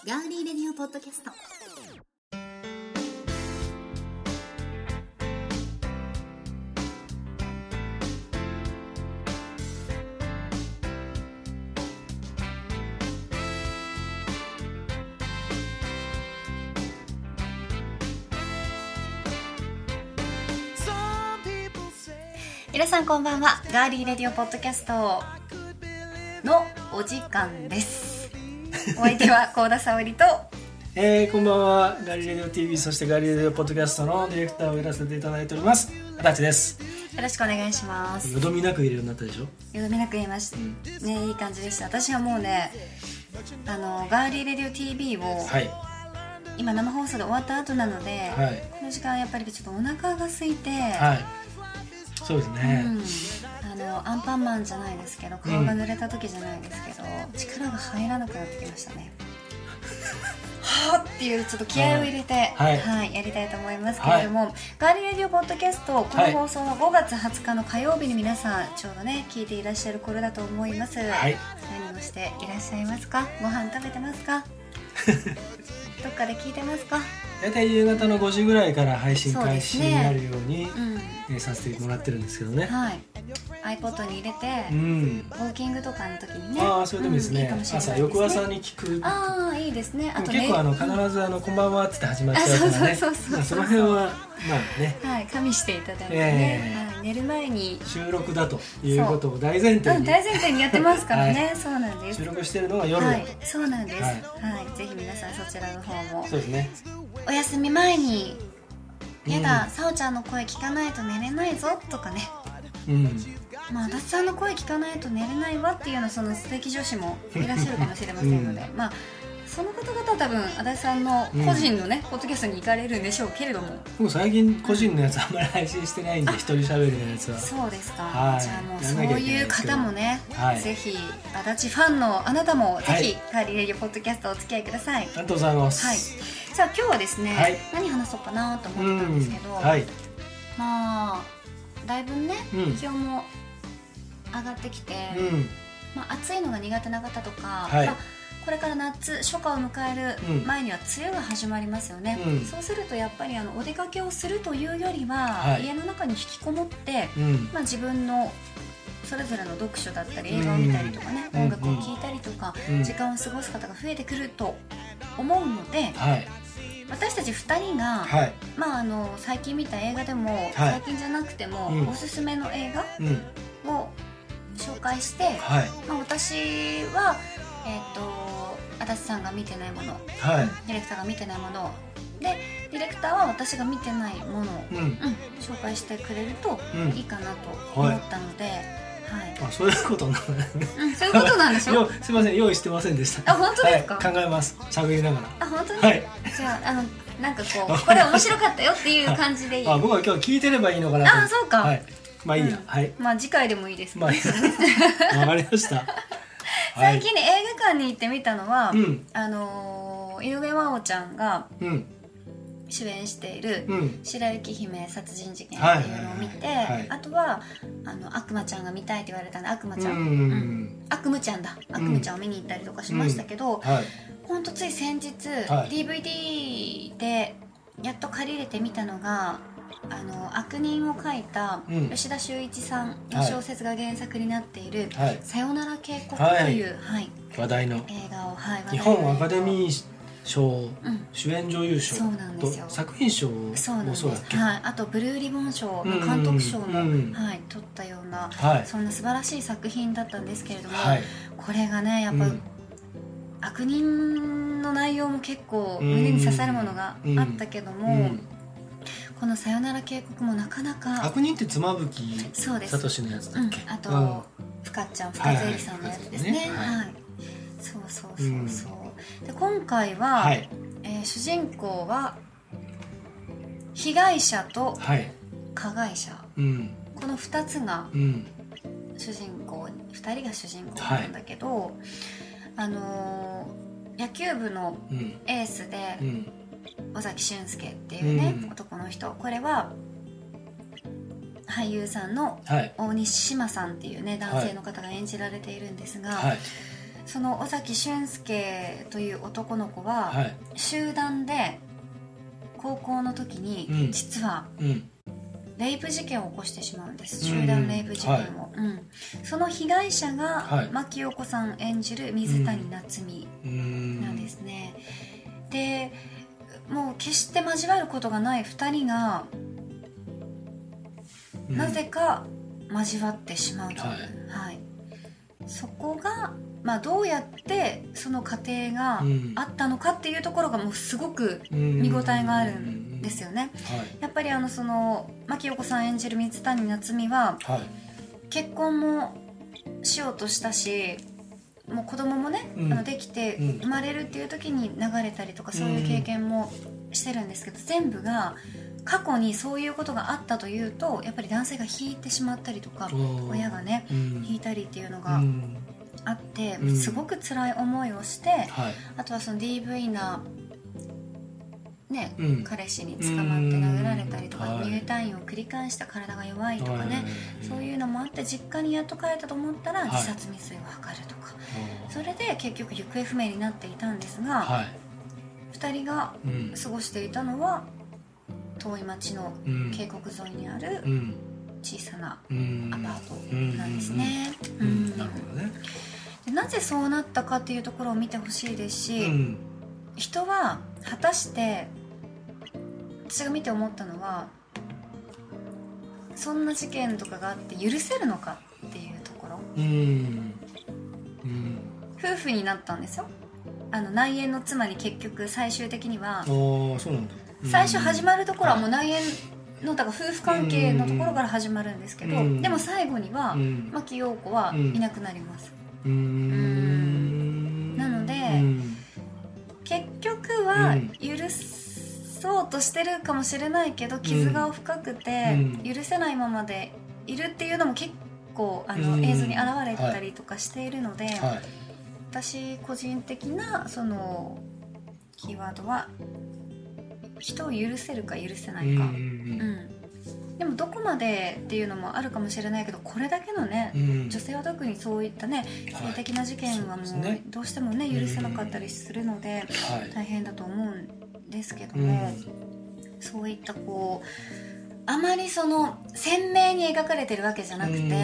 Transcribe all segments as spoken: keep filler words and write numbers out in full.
ガーリーレディオポッドキャスト。皆さんこんばんは。ガーリーレディオポッドキャストのお時間です。お相手は幸田沙織とえー、こんばんは。ガーリーレディオ ティーブイ そしてガーリーレディオポッドキャストのディレクターをやらせていただいております足立です。 よろしくお願いします。 よどみなく入れるようになったでしょ。 よどみなく言いました、うん、ね、いい感じでした。私はもうね、あのガーリーレディオ ティーブイ を、はい、今生放送で終わった後なので、はい、この時間やっぱりちょっとお腹が空いて、はい、そうですね、うん、あのアンパンマンじゃないですけど、顔が濡れた時じゃないですけど、うん、力が入らなくなってきましたね。はぁっていうちょっと気合を入れて、はいはい、やりたいと思いますけれども、はい、ガーリーレディオポッドキャスト、この放送はごがつはつかの火曜日に皆さんちょうどね聞いていらっしゃる頃だと思います、はい、何をしていらっしゃいますか？ご飯食べてますか？どっかで聞いてますか？ だいたい夕方のごじぐらいから配信開始になるようにう、ね、うん、させてもらってるんですけどね、はい、 iPod に入れて、うん、ウォーキングとかの時にね、 ああそれでもいいですね、うん、いいかもしれないですね。朝翌朝に聞く。 ああいいですね。あと結構あの必ずあのこんばんはって始まっちゃうからね、その辺はまあね、 はい、加味していただいてね、えーはい、寝る前に収録だということを大前提に、 うん、大前提にやってますからね、はい、そうなんです。 収録してるのは夜だと、はい、 そうなんです、はいはい、ぜひ皆さんそちらの方もそうですね、 お休み前にやだ、さおちゃんの声聞かないと寝れないぞとかね、うん、まあ足立さんの声聞かないと寝れないわっていうようなその素敵女子もいらっしゃるかもしれませんので、うん、まあその方々は多分足立さんの個人のね、うん、ポッドキャストに行かれるんでしょうけれども、 もう最近個人のやつあんまり配信してないんで、一人喋りのやつは。 そうですか、はい、じゃあもうそういう方もね、はい、ぜひ足立ファンのあなたもぜひガーリーレディオポッドキャストお付き合いください。ありがとうございます、はい。 さあ今日はですね、はい、何話そうかなと思ったんですけど、はい、まあだいぶね、うん、気温も上がってきて、うんまあ、暑いのが苦手な方とか、はいまあ、これから夏初夏を迎える前には梅雨が始まりますよね、うん、そうするとやっぱりあのお出かけをするというよりは、はい、家の中に引きこもって、うんまあ、自分のそれぞれの読書だったり映画を見たりとかね、うん、音楽を聴いたりとか、うん、時間を過ごす方が増えてくると思うので、はい、私たちふたりが、はいまあ、あの最近見た映画でも、はい、最近じゃなくても、うん、おすすめの映画を紹介して、はいまあ、私は、えーと、足立さんが見てないもの、はい、ディレクターが見てないもので、ディレクターは私が見てないものを、うんうん、紹介してくれるといいかなと思ったので、うんはいはい、 あそういうことなんですね、 うん、そういうことなんでしょすいません、用意してませんでした。 あ、本当ですか、 はい、考えます、喋りながら。 あ、本当に、はい、じゃあ、あのなんかこうこれ面白かったよっていう感じでいい。 あ、僕は今日聞いてればいいのかなと。 あ、そうか、はい、 まあいいや、うん、はい、 まあ次回でもいいですね。 わ、まあ、かりました最近ね、映画館に行ってみたのは、うん、あのー、井上真央ちゃんが主演している白雪姫殺人事件っていうのを見て、あとはあの悪魔ちゃんが見たいって言われたんで、悪魔ちゃん、うんうん、悪夢ちゃんだ、悪夢ちゃんを見に行ったりとかしましたけど、うんはい、ほんとつい先日、はい、ディーブイディー でやっと借りれてみたのが、あの悪人を書いた吉田修一さんの小説が原作になっている「はい、さよなら渓谷」という、はいはい、 話題の映画を、はい、 日本アカデミー賞、うん、主演女優賞と作品賞もそうだっけ、 はい、あとブルーリボン賞の監督賞も、うんうんはい、取ったような、はい、そんな素晴らしい作品だったんですけれども、はい、これがねやっぱ、うん、悪人の内容も結構胸に刺さるものがあったけども、うんうんこのさよなら渓谷もなかなか。 悪人って妻夫木聡のやつだっけ、 うん、あと、うん、深ちゃん深津絵里さんのやつですね、はい、はい、そうそうそうそう、うん、で今回は、はいえー、主人公は被害者と加害者、はいうん、このふたつが主人公、ふたりが主人公なんだけど、はい、あのー、野球部のエースで、うんうん尾崎俊介っていうね、うん、男の人、これは俳優さんの大西志麻さんっていうね男性の方が演じられているんですが、はい、 その尾崎俊介という男の子は、はい、集団で高校の時に、うん、実は、うんレイプ事件を起こしてしまうんです。集団レイプ事件を、はいうん、その被害者が、はい、牧陽子さん演じる水谷夏実なんですね。でもう決して交わることがないふたりが、うん、なぜか交わってしまうという、はいはい、そこが、まあ、どうやってその過程があったのかっていうところがもうすごく見応えがあるんですよね、はい、やっぱりあのその牧陽子さん演じる水谷夏実は、はい、結婚もしようとしたしもう子供もね、うん、あのできて生まれるっていう時に流れたりとかそういう経験もしてるんですけど、全部が過去にそういうことがあったというとやっぱり男性が引いてしまったりとか親がね、うん、引いたりっていうのがあって、うん、すごく辛い思いをして、はい、あとはその ディーブイ なねうん、彼氏に捕まって殴られたりとか、うん、入退院を繰り返した体が弱いとかね、はい、そういうのもあって実家にやっと帰ったと思ったら自殺未遂を図るとか、はい、それで結局行方不明になっていたんですが、はい、ふたりが過ごしていたのは、うん、遠い町の渓谷沿いにある小さなアパートなんですね。 なるほどね。 でなぜそうなったかっていうところを見てほしいですし、うん、人は果たして私が見て思ったのはそんな事件とかがあって許せるのかっていうところ、うんうん、夫婦になったんですよ。あの内縁の妻に結局最終的にはあそうなんだ、 うん、最初始まるところはもう内縁のだから夫婦関係のところから始まるんですけど、うん、でも最後には、うん、牧陽子はいなくなります、うん、うんなので、うん、結局は許そうとしてるかもしれないけど傷が深くて許せないままでいるっていうのも結構あの映像に現れたりとかしているので、はいはい、私個人的なそのキーワードは人を許せるか許せないか、うん、でもどこまでっていうのもあるかもしれないけどこれだけのね、うん、女性は特にそういったね性的な事件はもうどうしてもね許せなかったりするので大変だと思うんですけども、うん、そういったこうあまりその鮮明に描かれてるわけじゃなくて、うん、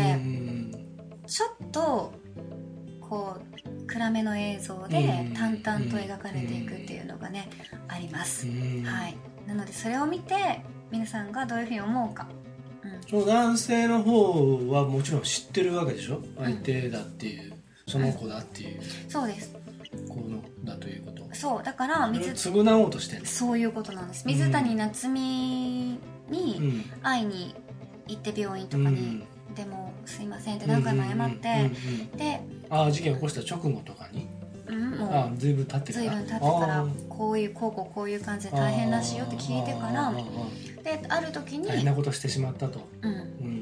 ちょっとこう暗めの映像で淡々と描かれていくっていうのがね、うん、あります、うんはい、なのでそれを見て皆さんがどういうふうに思うか、 うん、その男性の方はもちろん知ってるわけでしょ、相手だっていう、うん、その子だっていう、 うん、そうですこのだということ。 そうだから水償おうとしてる、 そういうことなんです。水谷夏実に会いに行って病院とかに、うん、でもすいませんって何回も謝って、うんうんうんうん、でああ事件を起こした直後とかに、うん、もうあ随分経ってから随分経ってからこういうこうこうこういう感じで大変らしいよって聞いてからである時に大変なことしてしまったと、うんうん、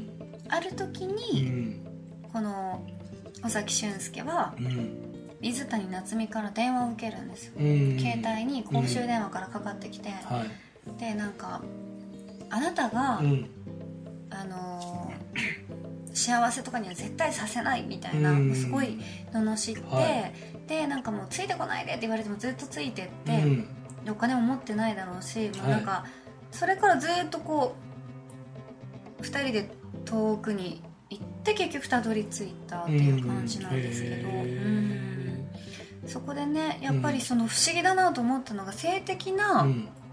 ある時に、うん、この尾崎俊介は、うん水谷夏実から電話を受けるんですよ、うん、携帯に公衆電話からかかってきて、うんはい、でなんかあなたが、うん、あのー、幸せとかには絶対させないみたいな、うん、すごい罵って、はい、でなんかもうついてこないでって言われてもずっとついてって、うん、お金も持ってないだろうし、もうなんか、はい、それからずっとこうふたりで遠くに行って結局たどり着いたっていう感じなんですけど、うんそこでねやっぱりその不思議だなと思ったのが、性的な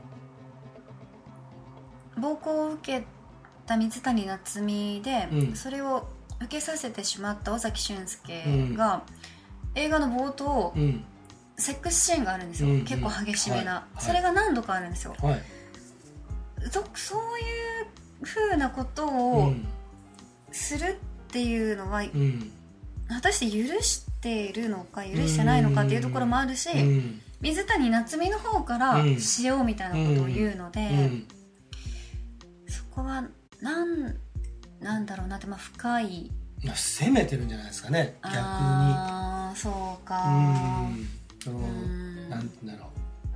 暴行を受けた水谷夏実で、うん、それを受けさせてしまった尾崎俊介が、うん、映画の冒頭、うん、セックスシーンがあるんですよ、うん、結構激しめな、はい、それが何度かあるんですよ、はい、そ, そういう風なことをするっていうのは、うん、果たして許しているのか許してないのかっていうところもあるし、うん、水谷夏実の方からしようみたいなことを言うので、うんうん、そこはなんなんだろうなって、まあ、深い攻めてるんじゃないですかね、逆に。 ああそうか、 うん、うんなんて言うんだろう、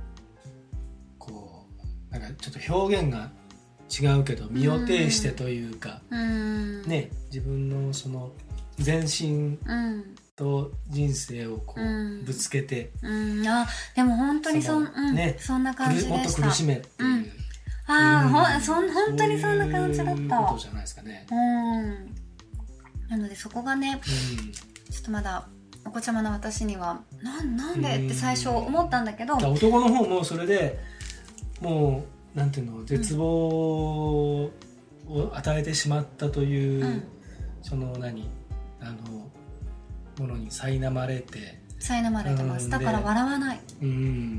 こうなんかちょっと表現が違うけど身を挺してというか、うんね、自分のその全身と人生をこう、うん、ぶつけて、 うん、あでも本当に そ, そ,、うんね、そんな感じでした。 もっと苦しめっていう、うん、 あ、うん、ほそん本当にそんな感じだった。そういうことじゃないですかね。 うん、なのでそこがね、うん、ちょっとまだお子ちゃまの私には な, なんでって最初思ったんだけど、 男の方もそれでもうなんていうの絶望を与えてしまったという、うん、その何あのものに苛まれて苛まれてます。だから笑わない、 うん、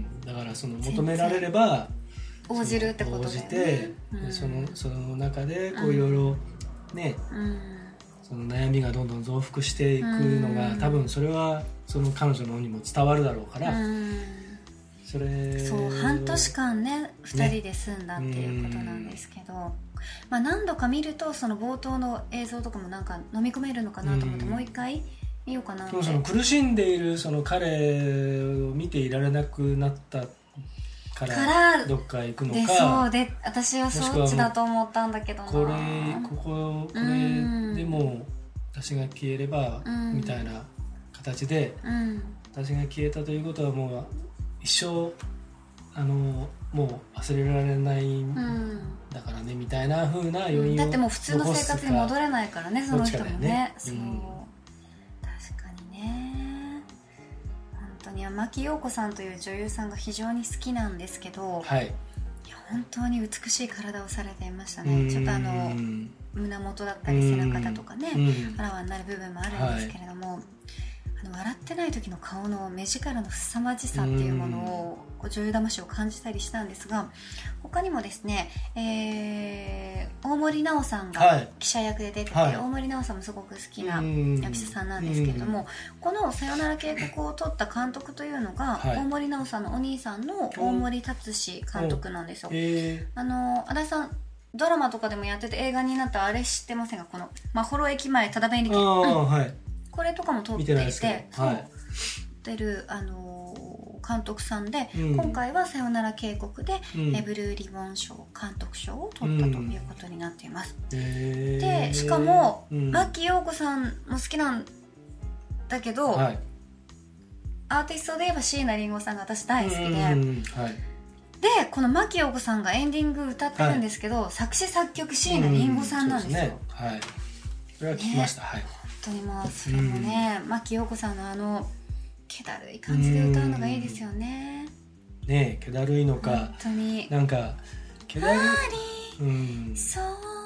だからその求められれば応じるってことだよね。応じて、 うん、そのその中でこういろいろね、うん、その悩みがどんどん増幅していくのが、うん、多分それはその彼女の方にも伝わるだろうから、うん、それそう半年間ねふたりで住んだっていうことなんですけど、ね、まあ、何度か見るとその冒頭の映像とかもなんか飲み込めるのかなと思って、もう一回見ようかなって。 その苦しんでいるその彼を見ていられなくなったからどっか行くのか。でそうで私はそっちだと思ったんだけどな。 これこここれでも私が消えればみたいな形で、うん、私が消えたということはもう一生あのもう忘れられないんだからね、うん、みたいな風な余韻を、うん、 だってもう普通の生活に戻れないからね、その人も ね, ね、そう、うん、確かにね。本当に牧陽子さんという女優さんが非常に好きなんですけど、はい、いや本当に美しい体をされていましたね。ちょっとあの胸元だったり背中だとかね、あらわになる部分もあるんですけれども、はい、あの笑ってない時の顔の目力の凄まじさっていうものをこう女優魂を感じたりしたんですが、他にもですね、えー、大森南朋さんが記者役で出てて、はい、大森南朋さんもすごく好きな役者さんなんですけれども、このさよなら渓谷を撮った監督というのが、はい、大森南朋さんのお兄さんの大森達史監督なんですよ。あの足立さんドラマとかでもやってて映画になったあれ知ってませんか？このまほろ駅前ただ便利券、うん、はい、これとかも撮っていて、いそう、はい、撮ってる、あのー、監督さんで、うん、今回はさよなら渓谷で、うん、ブルーリボン賞監督賞を取ったということになっています、うん、でしかも、うん、牧陽子さんも好きなんだけど、はい、アーティストで言えば椎名林檎さんが私大好きで、うん、はい、でこの牧陽子さんがエンディング歌ってるんですけど、はい、作詞作曲椎名林檎さんなんですよ、うん、そうですね、はい、それは聞きました、ね、はい、本当にもうそれもね、牧陽子さんのあの気だるい感じで歌うのがいいですよね。 ねえ気だるいのか本当になんか気だるい、うん、そう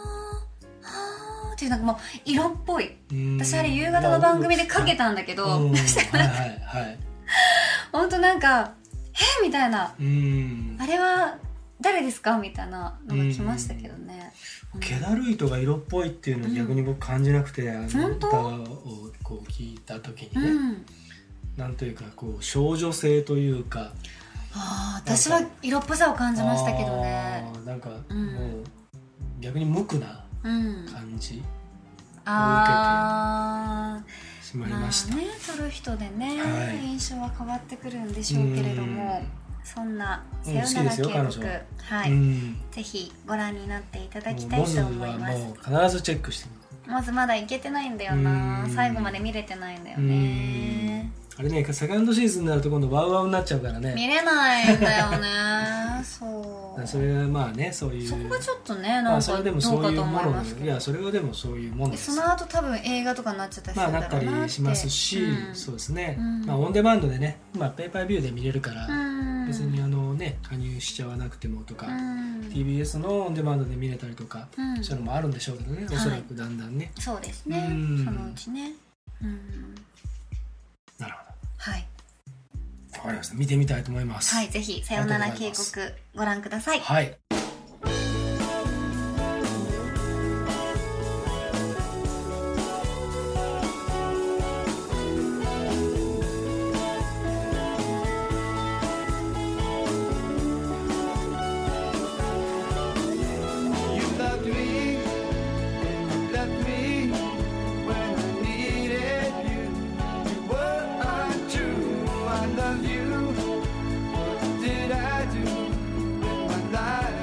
っていうなんかもう色っぽい、私あれ夕方の番組でかけたんだけど、うん、はいはいはい本当なんかえみたいな、うん、あれは誰ですかみたいなのが来ましたけどね。 気だるいとか色っぽいっていうのを逆に僕感じなくて、うん、あの歌をこう聞いた時にね、うん、なんというかこう少女性というか、 あ私は色っぽさを感じましたけどね。 なんかもう、うん、逆に無垢な感じを受けてしまいました、 まあね、撮る人でね、はい、印象は変わってくるんでしょうけれども、そんなさよなら渓谷、はい、うん、ぜひご覧になっていただきたいと思います。 もう必ずチェックしてまずまだいけてないんだよな、最後まで見れてないんだよね。 あれね、セカンドシーズンになると今度ワウワウになっちゃうからね、 見れないんだよねそうそれはまあね、そういうそこがちょっとね、なんかどうかと思いますけど、 いやそれはでもそういうものです。 その後多分映画とかになっちゃったりするんだろうなって、まあなったりしますし、 うん、そうですね、うん、まあオンデマンドでね、まあペーパービューで見れるから、うん、別にあのね加入しちゃわなくてもとか、うん、ティービーエス のオンデマンドで見れたりとか、うん、そういうのもあるんでしょうけどね、おそらくだんだんね、 はい、そうですね、うん、そのうちね、うん、 なるほど、 はい、 わかりました。見てみたいと思います。 はい、ぜひさよなら渓谷ご覧ください。 はい。 Did I do with my life?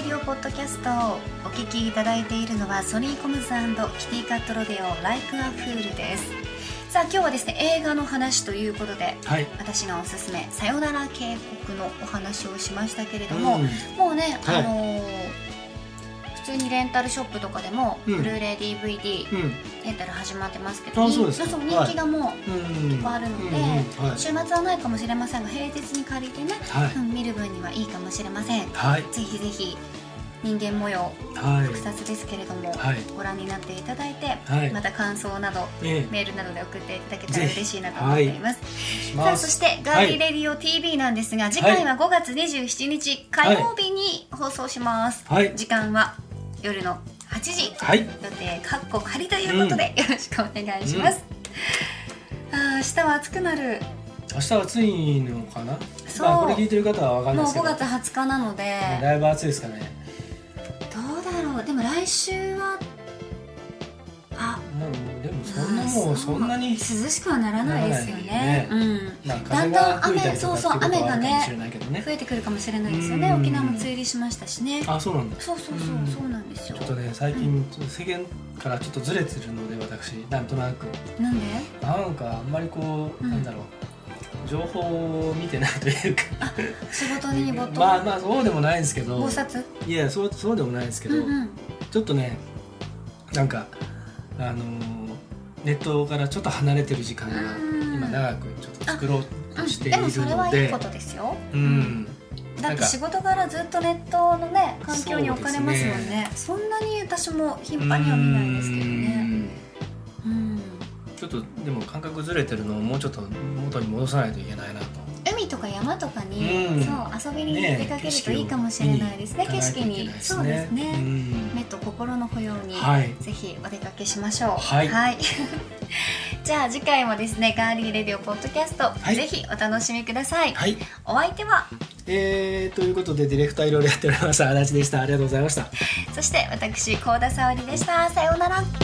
レディオポッドキャストをお聞きいただいているのはソニーコムズ&キティカットロデオライクアフールです。さあ今日はですね、映画の話ということで、はい、私のおすすめさよなら渓谷のお話をしましたけれども、うん、もうね、はい、あのー、普通にレンタルショップとかでも、うん、ブルーレイ ディーブイディー、うん、レンタル始まってますけど、そうですか、そう人気がもう、はい、結構あるので、うんうん、週末はないかもしれませんが平日に借りてね、はい、うん、見る分にはいいかもしれません、はい、ぜひぜひ人間模様、はい、複雑ですけれども、はい、ご覧になっていただいて、はい、また感想など、えー、メールなどで送っていただけたら嬉しいなと思っています、はい、さあそしてガーリーレディオ ティーブイ なんですが、次回はごがつにじゅうしちにち火曜日に放送します、はい、時間は夜のはちじ、はい、予定かっこ仮ということで、うん、よろしくお願いします、うん、あ明日は暑くなる。 明日は暑いのかな。そう、まあ、これ聞いてる方は分かんないですけど、 もうごがつはつかなのでだいぶ暑いですかね。 どうだろう。でも来週はあもうでもそんなもうそんなに涼しくはならないですよね。うん、だんだん雨、そうそう雨がね増えてくるかもしれないですよね。沖縄も梅雨入りしましたしね。 あ、そうなんだ。 そうそうそうそうなんですよ。 ちょっとね最近世間からちょっとずれてるので、私なんとなくなんでなんかあんまりこう、うん、なんだろう、情報を見てないというか仕事に没頭まあまあそうでもないんですけど、 考察いやそうそうでもないんですけど、うんうん、ちょっとねなんかあのー、ネットからちょっと離れてる時間が今長くちょっと作ろうとしているので、 でもそれはいいことですよ、うん、だって仕事柄ずっとネットのね環境に置かれますもん ね, そ, ねそんなに私も頻繁には見ないですけどね。うん、 ちょっとでも感覚ずれてるのをもうちょっと元に戻さないといけないなと。 海とか山とかに、うん、そう遊びに出かけるといいかもしれないですね。景色に、そうですね、うん、目と心の保養に、はい、ぜひお出かけしましょう。はい、はい、じゃあ次回もですねガーリーレディオポッドキャスト、はい、ぜひお楽しみください。はい、お相手はえー、ということでディレクターいろいろやっておりました足立でした。ありがとうございました。 そして私幸田沙織でした。さようなら。